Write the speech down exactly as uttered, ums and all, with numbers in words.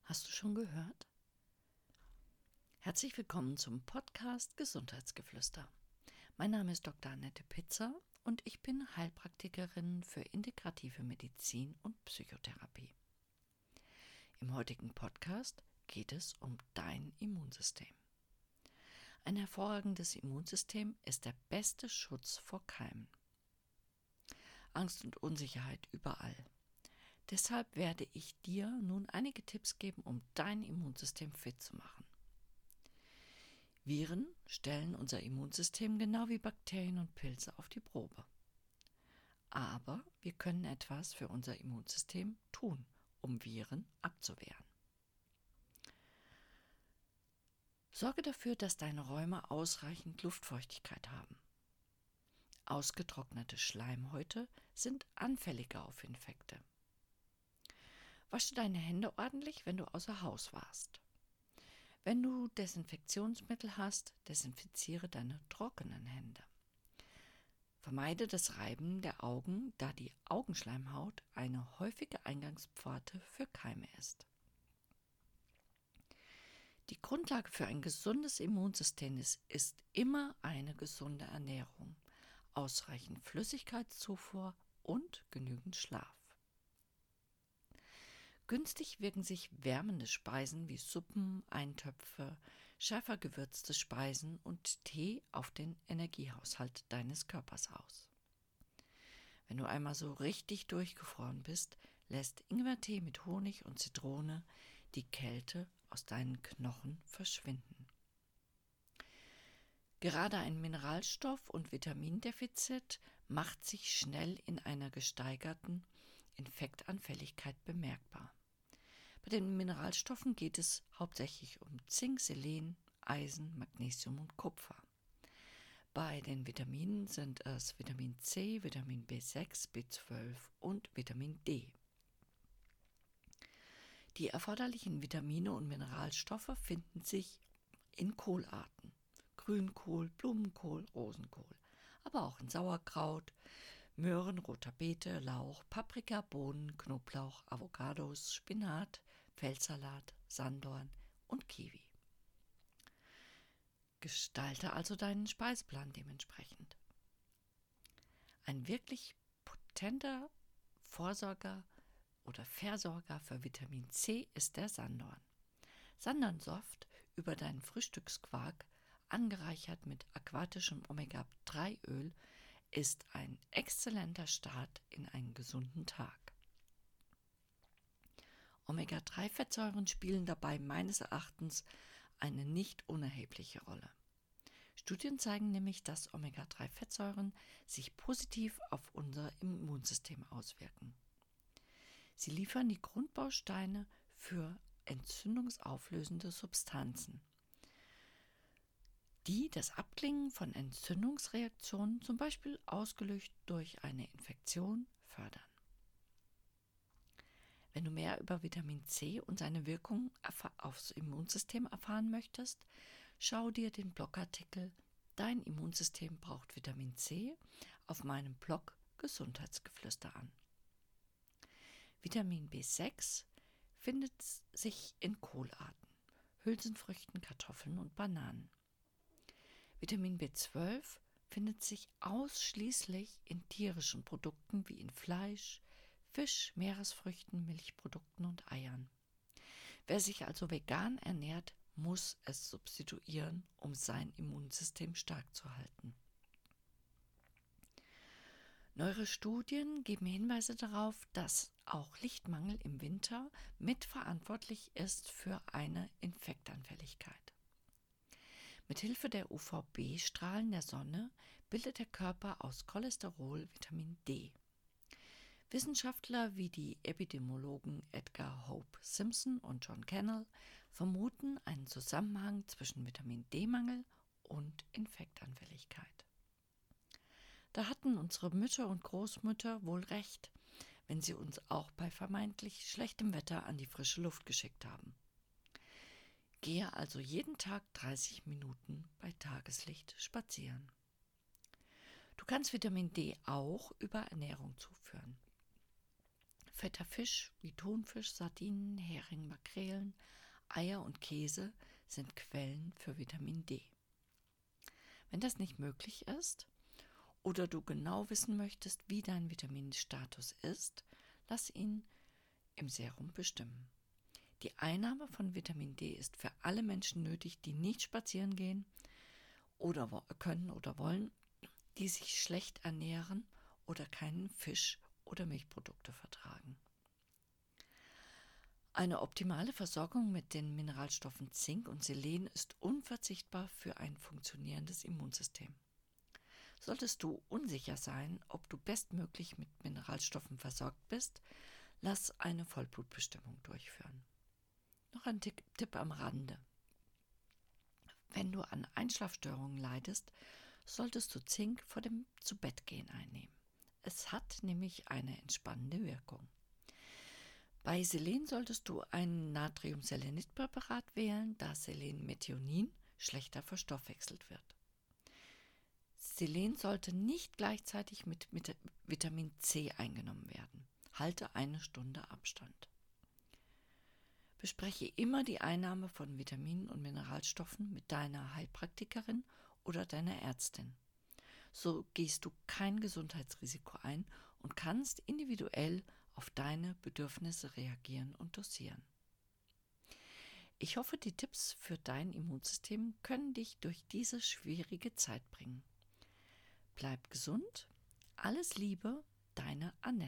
Hast du schon gehört? Herzlich willkommen zum Podcast Gesundheitsgeflüster. Mein Name ist Doktor Annette Pitzer und ich bin Heilpraktikerin für integrative Medizin und Psychotherapie. Im heutigen Podcast geht es um dein Immunsystem. Ein hervorragendes Immunsystem ist der beste Schutz vor Keimen. Angst und Unsicherheit überall. Deshalb werde ich dir nun einige Tipps geben, um dein Immunsystem fit zu machen. Viren stellen unser Immunsystem genau wie Bakterien und Pilze auf die Probe. Aber wir können etwas für unser Immunsystem tun, um Viren abzuwehren. Sorge dafür, dass deine Räume ausreichend Luftfeuchtigkeit haben. Ausgetrocknete Schleimhäute sind anfälliger auf Infekte. Wasche deine Hände ordentlich, wenn du außer Haus warst. Wenn du Desinfektionsmittel hast, desinfiziere deine trockenen Hände. Vermeide das Reiben der Augen, da die Augenschleimhaut eine häufige Eingangspforte für Keime ist. Die Grundlage für ein gesundes Immunsystem ist, ist immer eine gesunde Ernährung, ausreichend Flüssigkeitszufuhr und genügend Schlaf. Günstig wirken sich wärmende Speisen wie Suppen, Eintöpfe, schärfer gewürzte Speisen und Tee auf den Energiehaushalt deines Körpers aus. Wenn du einmal so richtig durchgefroren bist, lässt Ingwertee mit Honig und Zitrone die Kälte aus deinen Knochen verschwinden. Gerade ein Mineralstoff- und Vitamindefizit macht sich schnell in einer gesteigerten Infektanfälligkeit bemerkbar. Bei den Mineralstoffen geht es hauptsächlich um Zink, Selen, Eisen, Magnesium und Kupfer. Bei den Vitaminen sind es Vitamin C, Vitamin B sechs, B zwölf und Vitamin D. Die erforderlichen Vitamine und Mineralstoffe finden sich in Kohlarten. Grünkohl, Blumenkohl, Rosenkohl, aber auch in Sauerkraut, Möhren, roter Beete, Lauch, Paprika, Bohnen, Knoblauch, Avocados, Spinat, Feldsalat, Sanddorn und Kiwi. Gestalte also deinen Speiseplan dementsprechend. Ein wirklich potenter Vorsorger oder Versorger für Vitamin C ist der Sanddorn. Sanddornsaft über deinen Frühstücksquark, angereichert mit aquatischem Omega drei Öl, ist ein exzellenter Start in einen gesunden Tag. Omega drei Fettsäuren spielen dabei meines Erachtens eine nicht unerhebliche Rolle. Studien zeigen nämlich, dass Omega drei Fettsäuren sich positiv auf unser Immunsystem auswirken. Sie liefern die Grundbausteine für entzündungsauflösende Substanzen, die das Abklingen von Entzündungsreaktionen, zum Beispiel ausgelöst durch eine Infektion, fördern. Wenn du mehr über Vitamin C und seine Wirkung aufs Immunsystem erfahren möchtest, schau dir den Blogartikel Dein Immunsystem braucht Vitamin C auf meinem Blog Gesundheitsgeflüster an. Vitamin B sechs findet sich in Kohlarten, Hülsenfrüchten, Kartoffeln und Bananen. Vitamin B zwölf findet sich ausschließlich in tierischen Produkten wie in Fleisch, Fisch, Meeresfrüchten, Milchprodukten und Eiern. Wer sich also vegan ernährt, muss es substituieren, um sein Immunsystem stark zu halten. Neuere Studien geben Hinweise darauf, dass auch Lichtmangel im Winter mitverantwortlich ist für eine Infektanfälligkeit. Mithilfe der U V B-Strahlen der Sonne bildet der Körper aus Cholesterol Vitamin D. Wissenschaftler wie die Epidemiologen Edgar Hope Simpson und John Cannell vermuten einen Zusammenhang zwischen Vitamin D-Mangel und Infektanfälligkeit. Da hatten unsere Mütter und Großmütter wohl recht, wenn sie uns auch bei vermeintlich schlechtem Wetter an die frische Luft geschickt haben. Gehe also jeden Tag dreißig Minuten bei Tageslicht spazieren. Du kannst Vitamin D auch über Ernährung zuführen. Fetter Fisch wie Thunfisch, Sardinen, Hering, Makrelen, Eier und Käse sind Quellen für Vitamin D. Wenn das nicht möglich ist oder du genau wissen möchtest, wie dein Vitaminstatus ist, lass ihn im Serum bestimmen. Die Einnahme von Vitamin D ist für alle Menschen nötig, die nicht spazieren gehen oder wo- können oder wollen, die sich schlecht ernähren oder keinen Fisch oder Milchprodukte vertragen. Eine optimale Versorgung mit den Mineralstoffen Zink und Selen ist unverzichtbar für ein funktionierendes Immunsystem. Solltest du unsicher sein, ob du bestmöglich mit Mineralstoffen versorgt bist, lass eine Vollblutbestimmung durchführen. Noch ein Tipp, Tipp am Rande. Wenn du an Einschlafstörungen leidest, solltest du Zink vor dem Zubettgehen einnehmen. Es hat nämlich eine entspannende Wirkung. Bei Selen solltest du ein Natriumselenitpräparat wählen, da Selenmethionin schlechter verstoffwechselt wird. Selen sollte nicht gleichzeitig mit, mit Vitamin C eingenommen werden. Halte eine Stunde Abstand. Bespreche immer die Einnahme von Vitaminen und Mineralstoffen mit deiner Heilpraktikerin oder deiner Ärztin. So gehst du kein Gesundheitsrisiko ein und kannst individuell auf deine Bedürfnisse reagieren und dosieren. Ich hoffe, die Tipps für dein Immunsystem können dich durch diese schwierige Zeit bringen. Bleib gesund, alles Liebe, deine Annette.